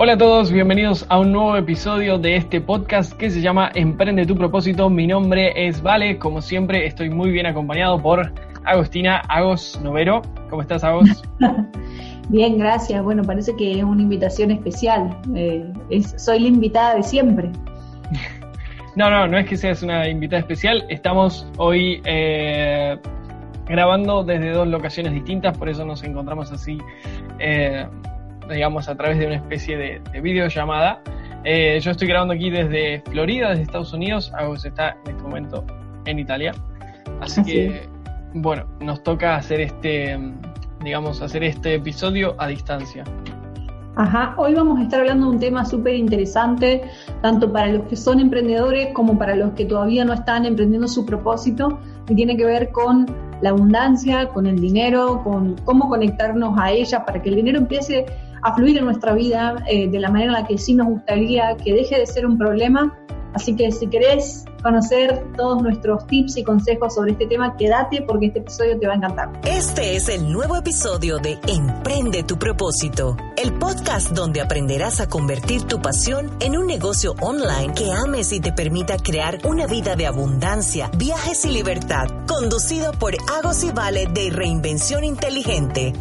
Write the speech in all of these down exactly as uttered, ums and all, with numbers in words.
Hola a todos, bienvenidos a un nuevo episodio de este podcast que se llama Emprende tu propósito. Mi nombre es Vale, como siempre estoy muy bien acompañado por Agostina Agos Novero. ¿Cómo estás, Agos? Bien, gracias. Bueno, parece que es una invitación especial. Eh, es, soy la invitada de siempre. No, no, no es que seas una invitada especial. Estamos hoy eh, grabando desde dos locaciones distintas, por eso nos encontramos así, eh, digamos, a través de una especie de, de videollamada. Eh, yo estoy grabando aquí desde Florida, desde Estados Unidos. Agos está en este momento en Italia. Así, así que, es. bueno, nos toca hacer este, digamos, hacer este episodio a distancia. Ajá, hoy vamos a estar hablando de un tema súper interesante, tanto para los que son emprendedores como para los que todavía no están emprendiendo su propósito, y tiene que ver con la abundancia, con el dinero, con cómo conectarnos a ella para que el dinero empiece a fluir en nuestra vida eh, de la manera en la que sí nos gustaría, que deje de ser un problema. Así que si querés conocer todos nuestros tips y consejos sobre este tema, quédate porque este episodio te va a encantar. Este es el nuevo episodio de Emprende tu propósito, el podcast donde aprenderás a convertir tu pasión en un negocio online que ames y te permita crear una vida de abundancia, viajes y libertad, conducido por Agos y Vale de Reinvención Inteligente.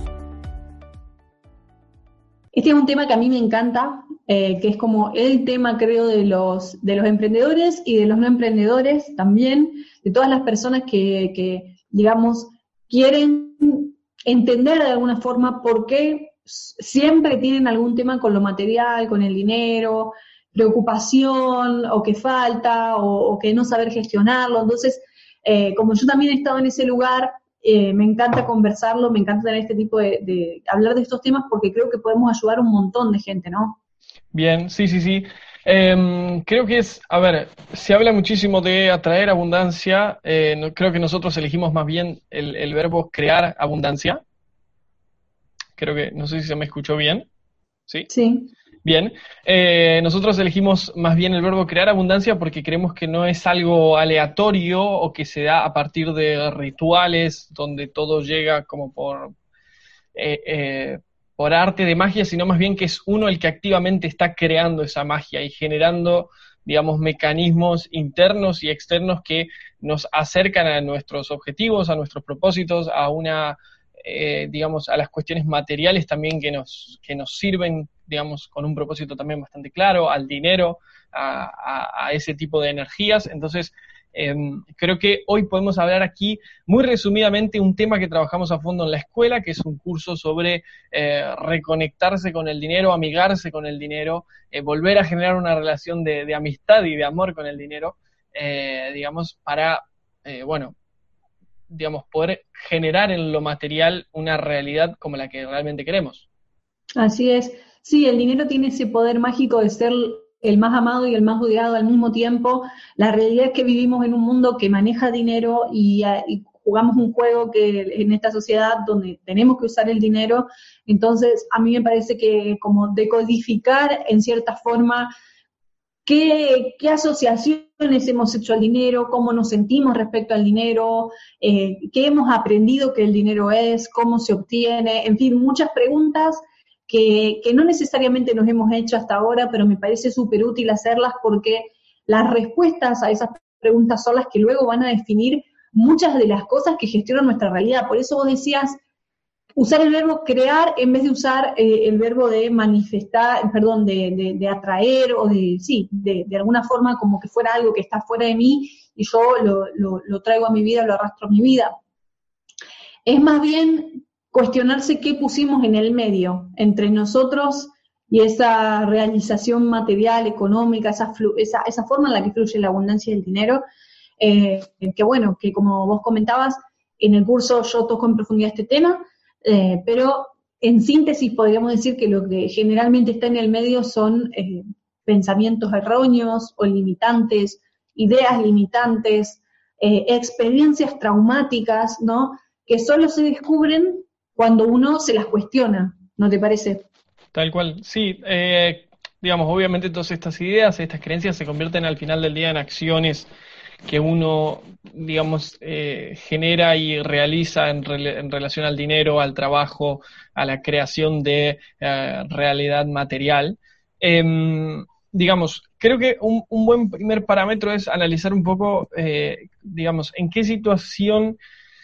Este es un tema que a mí me encanta, eh, que es como el tema, creo, de los, de los emprendedores y de los no emprendedores también, de todas las personas que, que, digamos, quieren entender de alguna forma por qué siempre tienen algún tema con lo material, con el dinero, preocupación, o que falta, o, o que no saber gestionarlo. Entonces, eh, como yo también he estado en ese lugar, Eh, me encanta conversarlo, me encanta tener este tipo de, de hablar de estos temas porque creo que podemos ayudar a un montón de gente, ¿no? Bien, sí, sí, sí. Eh, creo que es, a ver, se habla muchísimo de atraer abundancia. Eh, no, creo que nosotros elegimos más bien el, el verbo crear abundancia. Creo que, no sé si se me escuchó bien. ¿Sí? Sí. Bien, eh, nosotros elegimos más bien el verbo crear abundancia porque creemos que no es algo aleatorio o que se da a partir de rituales donde todo llega como por, eh, eh, por arte de magia, sino más bien que es uno el que activamente está creando esa magia y generando, digamos, mecanismos internos y externos que nos acercan a nuestros objetivos, a nuestros propósitos, a una, eh, digamos, a las cuestiones materiales también que nos, que nos sirven, digamos, con un propósito también bastante claro, al dinero, a, a, a ese tipo de energías. Entonces, eh, creo que hoy podemos hablar aquí, muy resumidamente, un tema que trabajamos a fondo en la escuela, que es un curso sobre eh, reconectarse con el dinero, amigarse con el dinero, eh, volver a generar una relación de, de amistad y de amor con el dinero, eh, digamos, para, eh, bueno, digamos, poder generar en lo material una realidad como la que realmente queremos. Así es. Sí, el dinero tiene ese poder mágico de ser el más amado y el más odiado al mismo tiempo. La realidad es que vivimos en un mundo que maneja dinero y, y jugamos un juego que en esta sociedad donde tenemos que usar el dinero. Entonces, a mí me parece que como decodificar en cierta forma qué, qué asociaciones hemos hecho al dinero, cómo nos sentimos respecto al dinero, eh, qué hemos aprendido que el dinero es, cómo se obtiene, en fin, muchas preguntas Que, que no necesariamente nos hemos hecho hasta ahora, pero me parece súper útil hacerlas porque las respuestas a esas preguntas son las que luego van a definir muchas de las cosas que gestionan nuestra realidad. Por eso vos decías usar el verbo crear en vez de usar eh, el verbo de manifestar, perdón, de, de, de atraer o de, sí, de, de alguna forma como que fuera algo que está fuera de mí y yo lo, lo, lo traigo a mi vida, lo arrastro a mi vida. Es más bien cuestionarse qué pusimos en el medio, entre nosotros y esa realización material, económica, esa, flu- esa, esa forma en la que fluye la abundancia del dinero, eh, que bueno, que como vos comentabas, en el curso yo toco en profundidad este tema, eh, pero en síntesis podríamos decir que lo que generalmente está en el medio son eh, pensamientos erróneos o limitantes, ideas limitantes, eh, experiencias traumáticas, ¿no?, que solo se descubren cuando uno se las cuestiona, ¿no te parece? Tal cual, sí. Eh, digamos, obviamente todas estas ideas, estas creencias se convierten al final del día en acciones que uno, digamos, eh, genera y realiza en, re- en relación al dinero, al trabajo, a la creación de eh, realidad material. Eh, digamos, creo que un, un buen primer parámetro es analizar un poco, eh, digamos, en qué situación,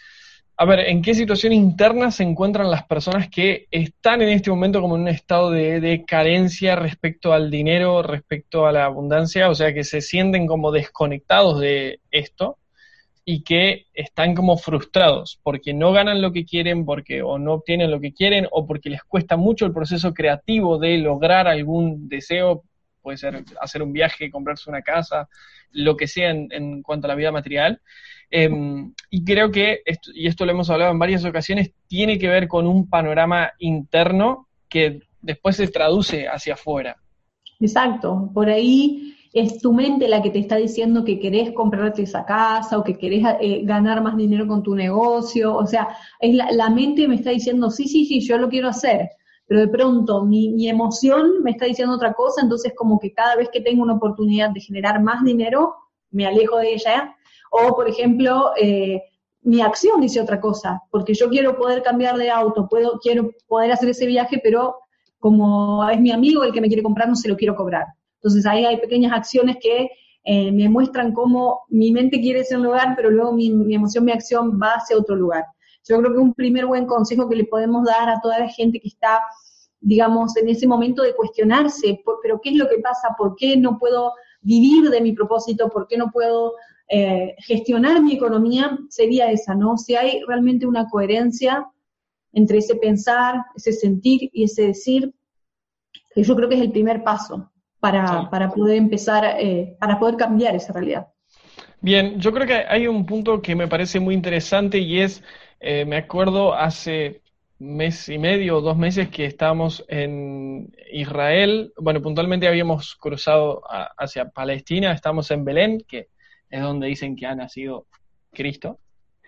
a ver, en qué situación interna se encuentran las personas que están en este momento como en un estado de, de carencia respecto al dinero, respecto a la abundancia, o sea, que se sienten como desconectados de esto y que están como frustrados porque no ganan lo que quieren, porque o no obtienen lo que quieren, o porque les cuesta mucho el proceso creativo de lograr algún deseo. Puede ser hacer un viaje, comprarse una casa, lo que sea en, en cuanto a la vida material. Eh, y creo que, esto, y esto lo hemos hablado en varias ocasiones, tiene que ver con un panorama interno que después se traduce hacia afuera. Exacto, por ahí es tu mente la que te está diciendo que querés comprarte esa casa o que querés eh, ganar más dinero con tu negocio, o sea, es la, la mente me está diciendo, sí, sí, sí, yo lo quiero hacer, pero de pronto mi, mi emoción me está diciendo otra cosa, entonces como que cada vez que tengo una oportunidad de generar más dinero, me alejo de ella, o por ejemplo, eh, mi acción dice otra cosa, porque yo quiero poder cambiar de auto, puedo, quiero poder hacer ese viaje, pero como es mi amigo el que me quiere comprar, no se lo quiero cobrar. Entonces ahí hay pequeñas acciones que eh, me muestran cómo mi mente quiere ese lugar, pero luego mi, mi emoción, mi acción va hacia otro lugar. Yo creo que un primer buen consejo que le podemos dar a toda la gente que está, digamos, en ese momento de cuestionarse, por, pero ¿qué es lo que pasa? ¿Por qué no puedo vivir de mi propósito? ¿Por qué no puedo eh, gestionar mi economía? Sería esa, ¿no? Si hay realmente una coherencia entre ese pensar, ese sentir y ese decir, que yo creo que es el primer paso para, sí. para poder empezar, eh, para poder cambiar esa realidad. Bien, yo creo que hay un punto que me parece muy interesante y es, eh, me acuerdo hace mes y medio o dos meses que estábamos en Israel, bueno, puntualmente habíamos cruzado a, hacia Palestina, estamos en Belén, que es donde dicen que ha nacido Cristo.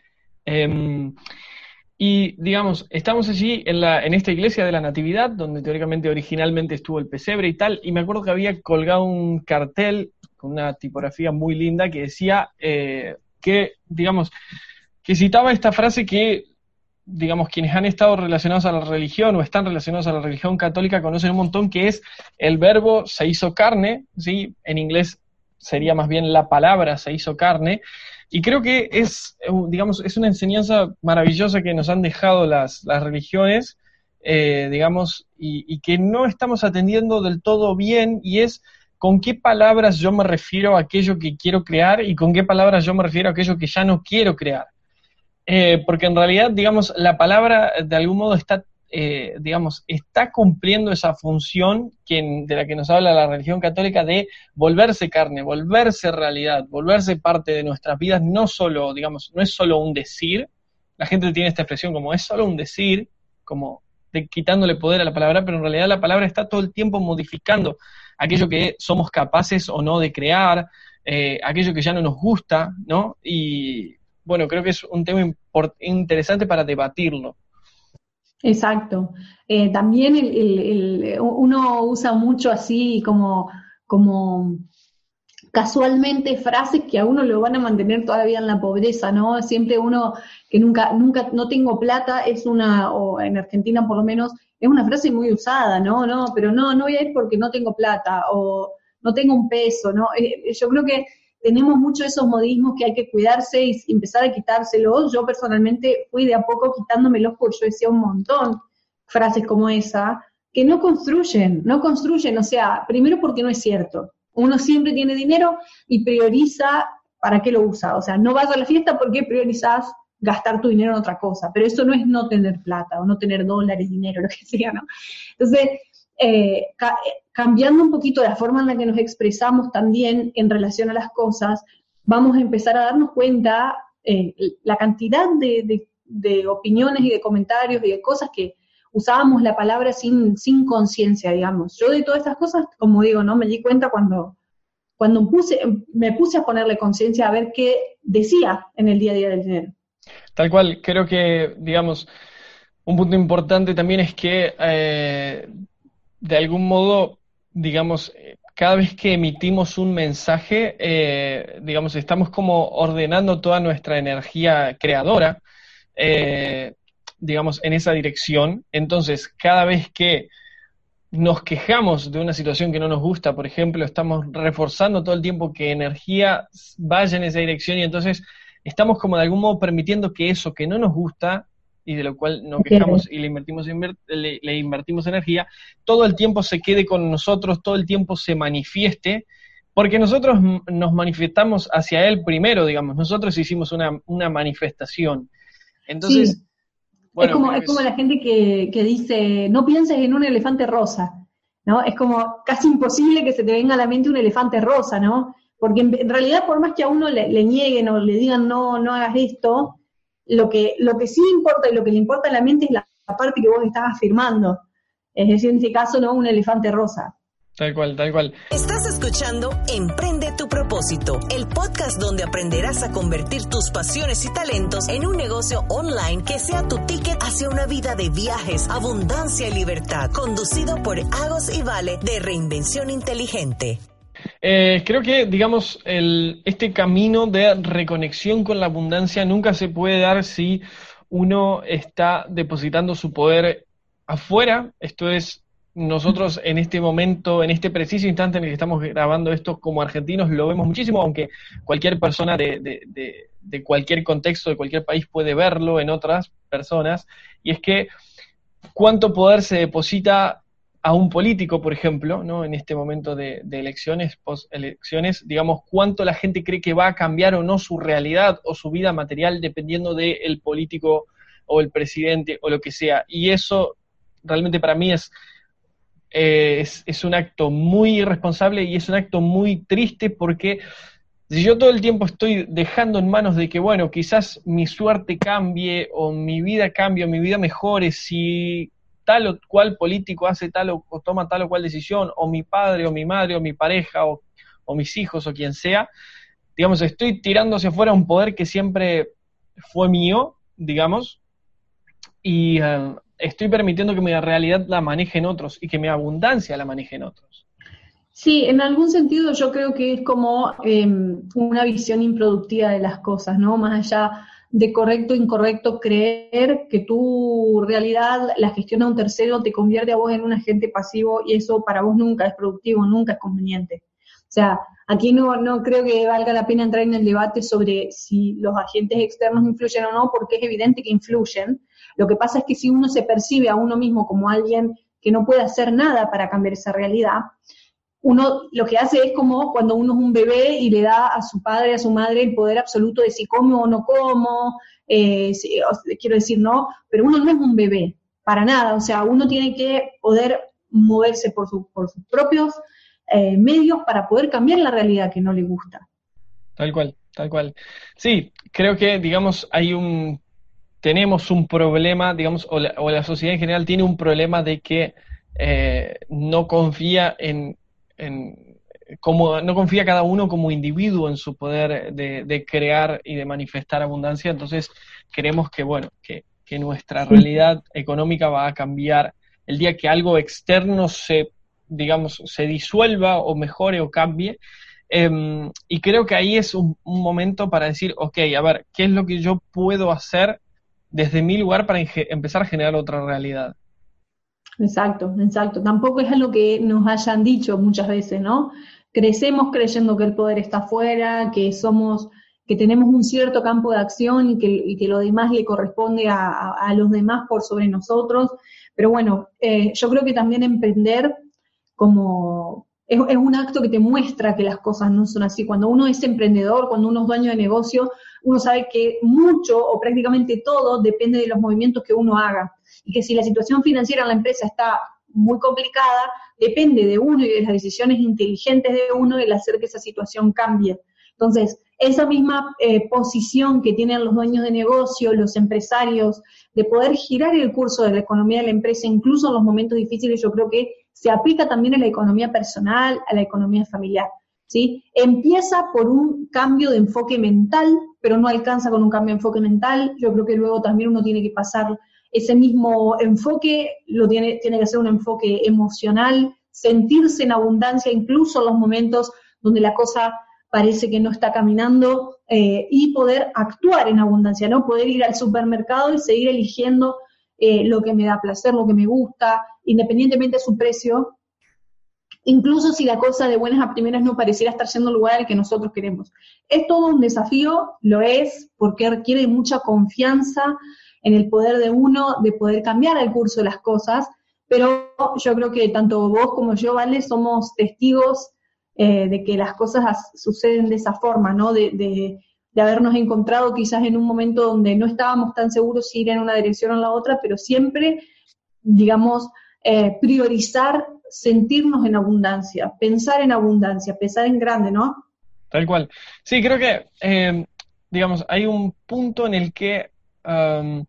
Eh, y, digamos, estamos allí en, la, en esta iglesia de la Natividad, donde teóricamente originalmente estuvo el pesebre y tal, y me acuerdo que había colgado un cartel con una tipografía muy linda que decía eh, que, digamos, que citaba esta frase que, digamos, quienes han estado relacionados a la religión o están relacionados a la religión católica conocen un montón, que es el verbo se hizo carne, ¿sí? En inglés sería más bien la palabra se hizo carne, y creo que es, digamos, es una enseñanza maravillosa que nos han dejado las, las religiones, eh, digamos, y, y que no estamos atendiendo del todo bien, y es con qué palabras yo me refiero a aquello que quiero crear y con qué palabras yo me refiero a aquello que ya no quiero crear. Eh, porque en realidad, digamos, la palabra de algún modo está, eh, digamos, está cumpliendo esa función que, de la que nos habla la religión católica de volverse carne, volverse realidad, volverse parte de nuestras vidas, no solo, digamos, no es solo un decir, la gente tiene esta expresión como es solo un decir, como de, quitándole poder a la palabra, pero en realidad la palabra está todo el tiempo modificando aquello que somos capaces o no de crear, eh, aquello que ya no nos gusta, ¿no? Y bueno, creo que es un tema import- interesante para debatirlo. Exacto. Eh, también el, el, el, uno usa mucho así como, como casualmente frases que a uno lo van a mantener todavía en la pobreza, ¿no? Siempre uno que nunca, nunca, no tengo plata, es una, o en Argentina por lo menos, es una frase muy usada, ¿no? No, pero no, no voy a ir porque no tengo plata, o no tengo un peso, ¿no? Eh, yo creo que tenemos muchos de esos modismos que hay que cuidarse y empezar a quitárselos. Yo personalmente fui de a poco quitándomelos porque yo decía un montón frases como esa, que no construyen, no construyen, o sea, primero porque no es cierto. Uno siempre tiene dinero y prioriza para qué lo usa. O sea, no vas a la fiesta porque priorizás gastar tu dinero en otra cosa. Pero eso no es no tener plata o no tener dólares, dinero, lo que sea, ¿no? Entonces, eh, ca- cambiando un poquito la forma en la que nos expresamos también en relación a las cosas, vamos a empezar a darnos cuenta eh, la cantidad de, de, de opiniones y de comentarios y de cosas que usábamos la palabra sin, sin conciencia, digamos. Yo de todas estas cosas, como digo, ¿no? Me di cuenta cuando, cuando puse, me puse a ponerle conciencia a ver qué decía en el día a día del dinero. Tal cual, creo que, digamos, un punto importante también es que, eh, de algún modo, digamos, cada vez que emitimos un mensaje, eh, digamos, estamos como ordenando toda nuestra energía creadora, eh, digamos, en esa dirección. Entonces, cada vez que nos quejamos de una situación que no nos gusta, por ejemplo, estamos reforzando todo el tiempo que energía vaya en esa dirección y entonces estamos como de algún modo permitiendo que eso que no nos gusta y de lo cual nos quejamos y le invertimos, le, le invertimos energía, todo el tiempo se quede con nosotros, todo el tiempo se manifieste, porque nosotros nos manifestamos hacia él primero, digamos, nosotros hicimos una, una manifestación. Entonces... Sí. Bueno, es como, es... es como la gente que, que dice, no pienses en un elefante rosa, ¿no? Es como casi imposible que se te venga a la mente un elefante rosa, ¿no? Porque en, en realidad, por más que a uno le, le nieguen o le digan, no, no hagas esto, lo que, lo que sí importa y lo que le importa a la mente es la, la parte que vos estás afirmando. Es decir, en este caso, no un elefante rosa. Tal cual, tal cual. Estás escuchando Emprende tu propósito, el podcast donde aprenderás a convertir tus pasiones y talentos en un negocio online que sea tu ticket hacia una vida de viajes, abundancia y libertad, conducido por Agos y Vale de Reinvención Inteligente. Eh, creo que, digamos, el, este camino de reconexión con la abundancia nunca se puede dar si uno está depositando su poder afuera, esto es... Nosotros en este momento, en este preciso instante en el que estamos grabando esto como argentinos, lo vemos muchísimo, aunque cualquier persona de, de, de, de cualquier contexto, de cualquier país puede verlo en otras personas, y es que cuánto poder se deposita a un político, por ejemplo, ¿no? En este momento de, de elecciones, post-elecciones, digamos, cuánto la gente cree que va a cambiar o no su realidad o su vida material dependiendo del político o el presidente o lo que sea, y eso realmente para mí es... Eh, es, es un acto muy irresponsable y es un acto muy triste porque si yo todo el tiempo estoy dejando en manos de que, bueno, quizás mi suerte cambie o mi vida cambie o mi vida mejore si tal o cual político hace tal o, o toma tal o cual decisión, o mi padre o mi madre o mi pareja o, o mis hijos o quien sea, digamos, estoy tirando hacia afuera un poder que siempre fue mío, digamos, y... Uh, estoy permitiendo que mi realidad la manejen otros y que mi abundancia la manejen otros. Sí, en algún sentido yo creo que es como eh, una visión improductiva de las cosas, ¿no? Más allá de correcto o incorrecto, creer que tu realidad la gestiona un tercero te convierte a vos en un agente pasivo y eso para vos nunca es productivo, nunca es conveniente. O sea, aquí no, no creo que valga la pena entrar en el debate sobre si los agentes externos influyen o no, porque es evidente que influyen. Lo que pasa es que si uno se percibe a uno mismo como alguien que no puede hacer nada para cambiar esa realidad, uno lo que hace es como cuando uno es un bebé y le da a su padre, a su madre el poder absoluto de si come o no como, eh, si, quiero decir, no, pero uno no es un bebé, para nada, o sea, uno tiene que poder moverse por, su, por sus propios eh, medios para poder cambiar la realidad que no le gusta. Tal cual, tal cual. Sí, creo que, digamos, hay un... tenemos un problema, digamos, o la, o la sociedad en general tiene un problema de que eh, no confía en, en como, no confía cada uno como individuo en su poder de, de crear y de manifestar abundancia, entonces queremos que, bueno, que, que nuestra realidad económica va a cambiar el día que algo externo se, digamos, se disuelva o mejore o cambie. Eh, y creo que ahí es un, un momento para decir, ok, a ver, ¿qué es lo que yo puedo hacer desde mi lugar para empezar a generar otra realidad? Exacto, exacto. Tampoco es algo que nos hayan dicho muchas veces, ¿no? Crecemos creyendo que el poder está afuera, que somos, que tenemos un cierto campo de acción y que, y que lo demás le corresponde a, a, a los demás por sobre nosotros. Pero bueno, eh, yo creo que también emprender como es, es un acto que te muestra que las cosas no son así. Cuando uno es emprendedor, cuando uno es dueño de negocio, uno sabe que mucho o prácticamente todo depende de los movimientos que uno haga. Y que si la situación financiera en la empresa está muy complicada, depende de uno y de las decisiones inteligentes de uno el hacer que esa situación cambie. Entonces, esa misma eh, posición que tienen los dueños de negocio, los empresarios, de poder girar el curso de la economía de la empresa, incluso en los momentos difíciles, yo creo que se aplica también a la economía personal, a la economía familiar, ¿sí? Empieza por un cambio de enfoque mental, pero no alcanza con un cambio de enfoque mental. Yo creo que luego también uno tiene que pasar ese mismo enfoque, lo tiene, tiene que ser un enfoque emocional, sentirse en abundancia incluso en los momentos donde la cosa parece que no está caminando, eh, y poder actuar en abundancia, ¿no? Poder ir al supermercado y seguir eligiendo eh, lo que me da placer, lo que me gusta, independientemente de su precio, incluso si la cosa de buenas a primeras no pareciera estar yendo al lugar al que nosotros queremos. Es todo un desafío, lo es, porque requiere mucha confianza en el poder de uno, de poder cambiar el curso de las cosas, pero yo creo que tanto vos como yo, Vale, somos testigos eh, de que las cosas as- suceden de esa forma, ¿no? De, de, de habernos encontrado quizás en un momento donde no estábamos tan seguros si ir en una dirección o en la otra, pero siempre, digamos, eh, priorizar sentirnos en abundancia, pensar en abundancia, pensar en grande, ¿no? Tal cual. Sí, creo que, eh, digamos, hay un punto en el que, um,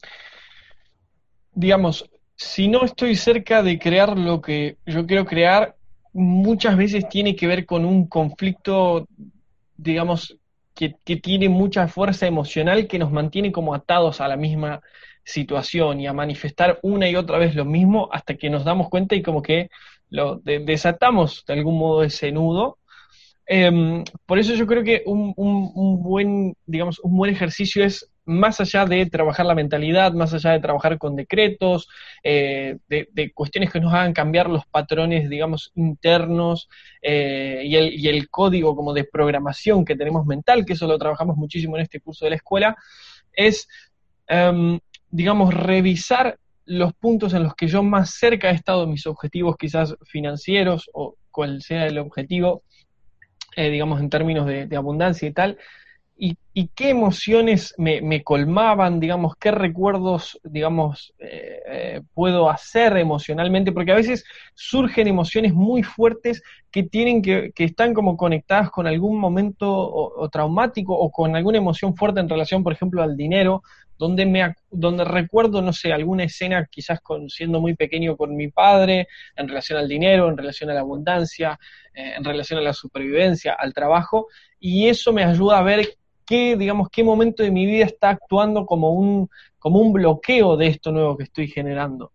digamos, si no estoy cerca de crear lo que yo quiero crear, muchas veces tiene que ver con un conflicto, digamos, que, que tiene mucha fuerza emocional que nos mantiene como atados a la misma situación y a manifestar una y otra vez lo mismo hasta que nos damos cuenta y como que lo de- desatamos de algún modo ese nudo. Em, por eso yo creo que un, un, un buen, digamos, un buen ejercicio es, más allá de trabajar la mentalidad, más allá de trabajar con decretos, eh, de, de cuestiones que nos hagan cambiar los patrones, digamos, internos, eh, y, el, y el código como de programación que tenemos mental, que eso lo trabajamos muchísimo en este curso de la escuela, es, em, digamos, revisar los puntos en los que yo más cerca he estado de mis objetivos, quizás financieros o cual sea el objetivo, eh, digamos, en términos de, de abundancia y tal, y, y qué emociones me, me colmaban, digamos, qué recuerdos, digamos, eh, eh, puedo hacer emocionalmente, porque a veces surgen emociones muy fuertes que tienen que, que están como conectadas con algún momento o, o traumático o con alguna emoción fuerte en relación, por ejemplo, al dinero, donde me ac- donde recuerdo, no sé, alguna escena quizás con, siendo muy pequeño con mi padre, en relación al dinero, en relación a la abundancia, eh, en relación a la supervivencia, al trabajo, y eso me ayuda a ver qué, digamos, qué momento de mi vida está actuando como un, como un bloqueo de esto nuevo que estoy generando.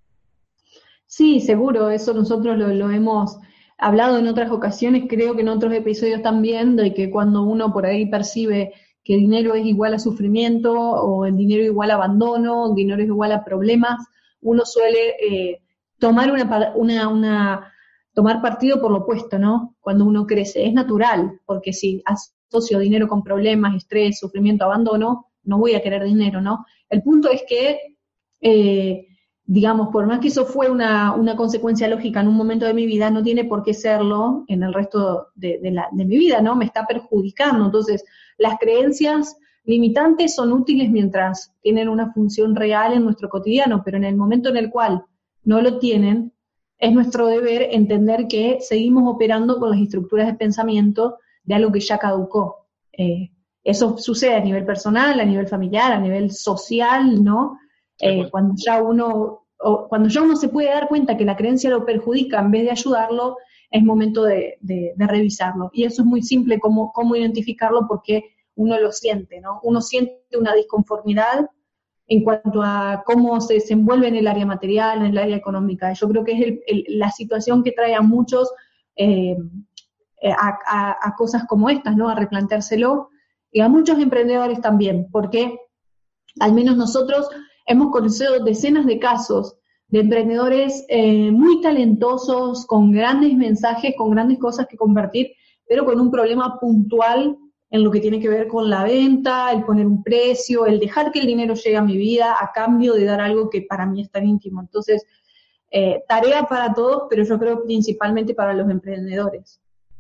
Sí, seguro, eso nosotros lo, lo hemos hablado en otras ocasiones, creo que en otros episodios también, de que cuando uno por ahí percibe que el dinero es igual a sufrimiento, o el dinero igual a abandono, el dinero es igual a problemas, uno suele eh, tomar una, pa- una, una, tomar partido por lo opuesto, ¿no? Cuando uno crece, es natural, porque si asocio dinero con problemas, estrés, sufrimiento, abandono, no voy a querer dinero, ¿no? El punto es que eh, digamos, por más que eso fue una, una consecuencia lógica en un momento de mi vida, no tiene por qué serlo en el resto de, de, la, de mi vida, ¿no? Me está perjudicando. Entonces, las creencias limitantes son útiles mientras tienen una función real en nuestro cotidiano, pero en el momento en el cual no lo tienen, es nuestro deber entender que seguimos operando con las estructuras de pensamiento de algo que ya caducó. Eh, eso sucede a nivel personal, a nivel familiar, a nivel social, ¿no? Eh, cuando ya uno o cuando ya uno se puede dar cuenta que la creencia lo perjudica en vez de ayudarlo, es momento de, de, de revisarlo. Y eso es muy simple, cómo, cómo identificarlo, porque uno lo siente, ¿no? Uno siente una disconformidad en cuanto a cómo se desenvuelve en el área material, en el área económica. Yo creo que es el, el, la situación que trae a muchos eh, a, a, a cosas como estas, ¿no? A replanteárselo, y a muchos emprendedores también, porque al menos nosotros hemos conocido decenas de casos de emprendedores eh, muy talentosos, con grandes mensajes, con grandes cosas que compartir, pero con un problema puntual en lo que tiene que ver con la venta, el poner un precio, el dejar que el dinero llegue a mi vida a cambio de dar algo que para mí es tan íntimo. Entonces, eh, tarea para todos, pero yo creo principalmente para los emprendedores.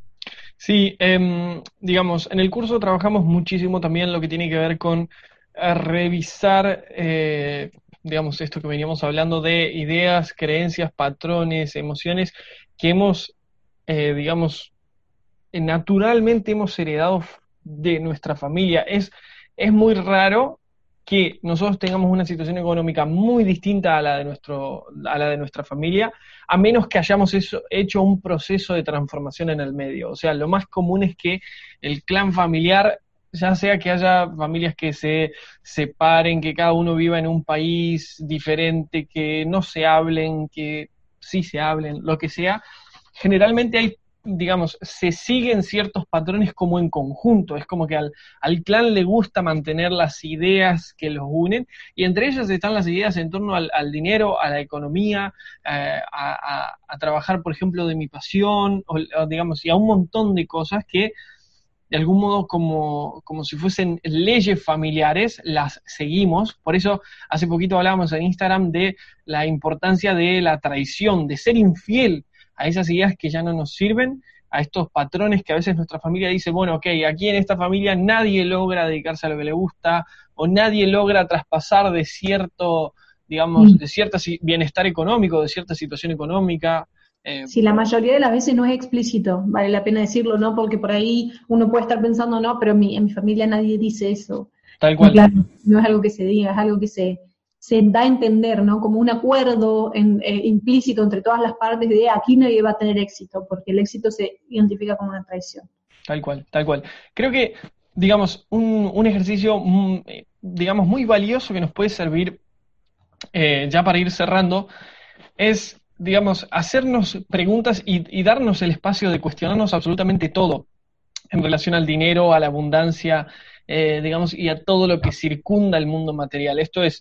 Sí, eh, digamos, en el curso trabajamos muchísimo también lo que tiene que ver con eh, revisar, eh, digamos, esto que veníamos hablando de ideas, creencias, patrones, emociones que hemos, eh, digamos, eh, naturalmente hemos heredado f- de nuestra familia. Es, es muy raro que nosotros tengamos una situación económica muy distinta a la de nuestro, a la de nuestra familia, a menos que hayamos eso- hecho un proceso de transformación en el medio. O sea, lo más común es que el clan familiar, ya sea que haya familias que se separen, que cada uno viva en un país diferente, que no se hablen, que sí se hablen, lo que sea, generalmente hay digamos, se siguen ciertos patrones como en conjunto, es como que al, al clan le gusta mantener las ideas que los unen, y entre ellas están las ideas en torno al, al dinero, a la economía, eh, a, a, a trabajar, por ejemplo, de mi pasión, o, o digamos, y a un montón de cosas que de algún modo como, como si fuesen leyes familiares, las seguimos. Por eso hace poquito hablábamos en Instagram de la importancia de la traición, de ser infiel a esas ideas que ya no nos sirven, a estos patrones que a veces nuestra familia dice, bueno, ok, aquí en esta familia nadie logra dedicarse a lo que le gusta, o nadie logra traspasar de cierto, digamos, de cierto bienestar económico, de cierta situación económica. Eh, sí, la mayoría de las veces no es explícito, vale la pena decirlo, ¿no? Porque por ahí uno puede estar pensando, no, pero en mi, en mi familia nadie dice eso. Tal cual. Claro, no es algo que se diga, es algo que se, se da a entender, ¿no? Como un acuerdo en, eh, implícito entre todas las partes de aquí nadie va a tener éxito, porque el éxito se identifica como una traición. Tal cual, tal cual. Creo que, digamos, un, un ejercicio, digamos, muy valioso que nos puede servir, eh, ya para ir cerrando, es, digamos, hacernos preguntas y, y darnos el espacio de cuestionarnos absolutamente todo en relación al dinero, a la abundancia, eh, digamos, y a todo lo que circunda el mundo material. Esto es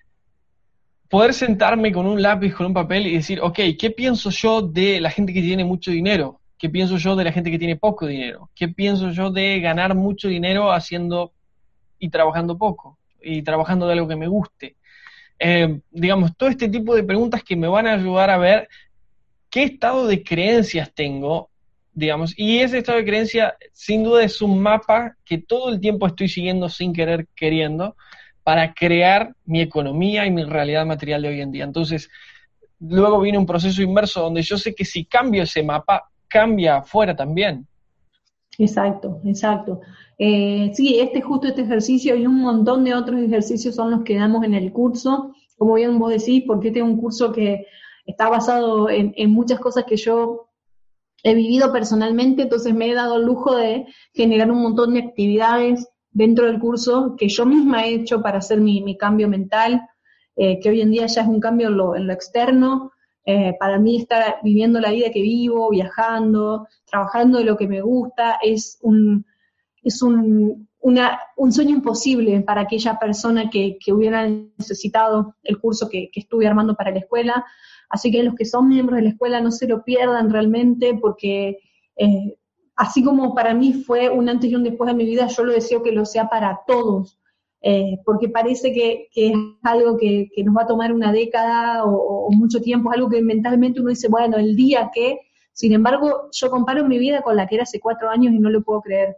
poder sentarme con un lápiz, con un papel y decir, ok, ¿qué pienso yo de la gente que tiene mucho dinero? ¿Qué pienso yo de la gente que tiene poco dinero? ¿Qué pienso yo de ganar mucho dinero haciendo y trabajando poco? Y trabajando de algo que me guste. Eh, digamos, todo este tipo de preguntas que me van a ayudar a ver qué estado de creencias tengo, digamos, y ese estado de creencia sin duda es un mapa que todo el tiempo estoy siguiendo sin querer queriendo para crear mi economía y mi realidad material de hoy en día. Entonces, luego viene un proceso inverso donde yo sé que si cambio ese mapa, cambia afuera también. Exacto, exacto. Eh, sí, este justo este ejercicio y un montón de otros ejercicios son los que damos en el curso. Como bien vos decís, porque este es un curso que está basado en, en muchas cosas que yo he vivido personalmente, entonces me he dado el lujo de generar un montón de actividades dentro del curso que yo misma he hecho para hacer mi, mi cambio mental, eh, que hoy en día ya es un cambio en lo, en lo externo. Eh, para mí estar viviendo la vida que vivo, viajando, trabajando de lo que me gusta, es un es un, una, un sueño imposible para aquella persona que, que hubiera necesitado el curso que, que estuve armando para la escuela. Así que los que son miembros de la escuela no se lo pierdan realmente, porque eh, así como para mí fue un antes y un después de mi vida, yo lo deseo que lo sea para todos. Eh, porque parece que, que es algo que, que nos va a tomar una década o, o mucho tiempo, es algo que mentalmente uno dice, bueno, el día que, sin embargo, yo comparo mi vida con la que era hace cuatro años y no lo puedo creer.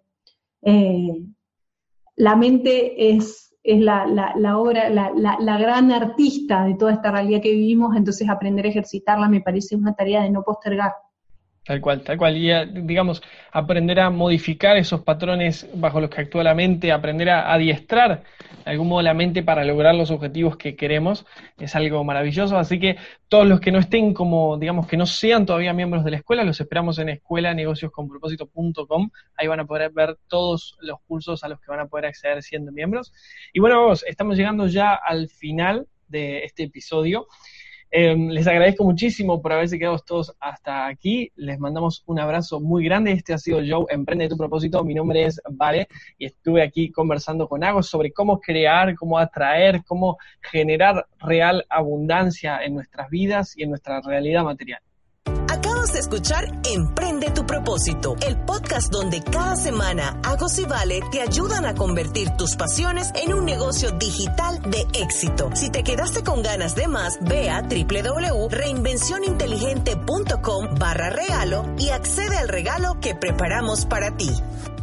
Eh, la mente es, es la, la, la obra, la, la, la gran artista de toda esta realidad que vivimos, entonces aprender a ejercitarla me parece una tarea de no postergar. Tal cual, tal cual. Y, digamos, aprender a modificar esos patrones bajo los que actúa la mente, aprender a adiestrar de algún modo la mente para lograr los objetivos que queremos, es algo maravilloso. Así que todos los que no estén como, digamos, que no sean todavía miembros de la escuela, los esperamos en escuela negocios con propósito punto com. Ahí van a poder ver todos los cursos a los que van a poder acceder siendo miembros. Y bueno, vamos, estamos llegando ya al final de este episodio. Eh, les agradezco muchísimo por haberse quedado todos hasta aquí. Les mandamos un abrazo muy grande. Este ha sido Joe, Emprende tu propósito. Mi nombre es Vale y estuve aquí conversando con Agos sobre cómo crear, cómo atraer, cómo generar real abundancia en nuestras vidas y en nuestra realidad material. Acabas de escuchar Emprende tu propósito, el podcast donde cada semana Agos y Vale te ayudan a convertir tus pasiones en un negocio digital de éxito. Si te quedaste con ganas de más, ve a doble u doble u doble u punto reinvención inteligente punto com barra regalo y accede al regalo que preparamos para ti.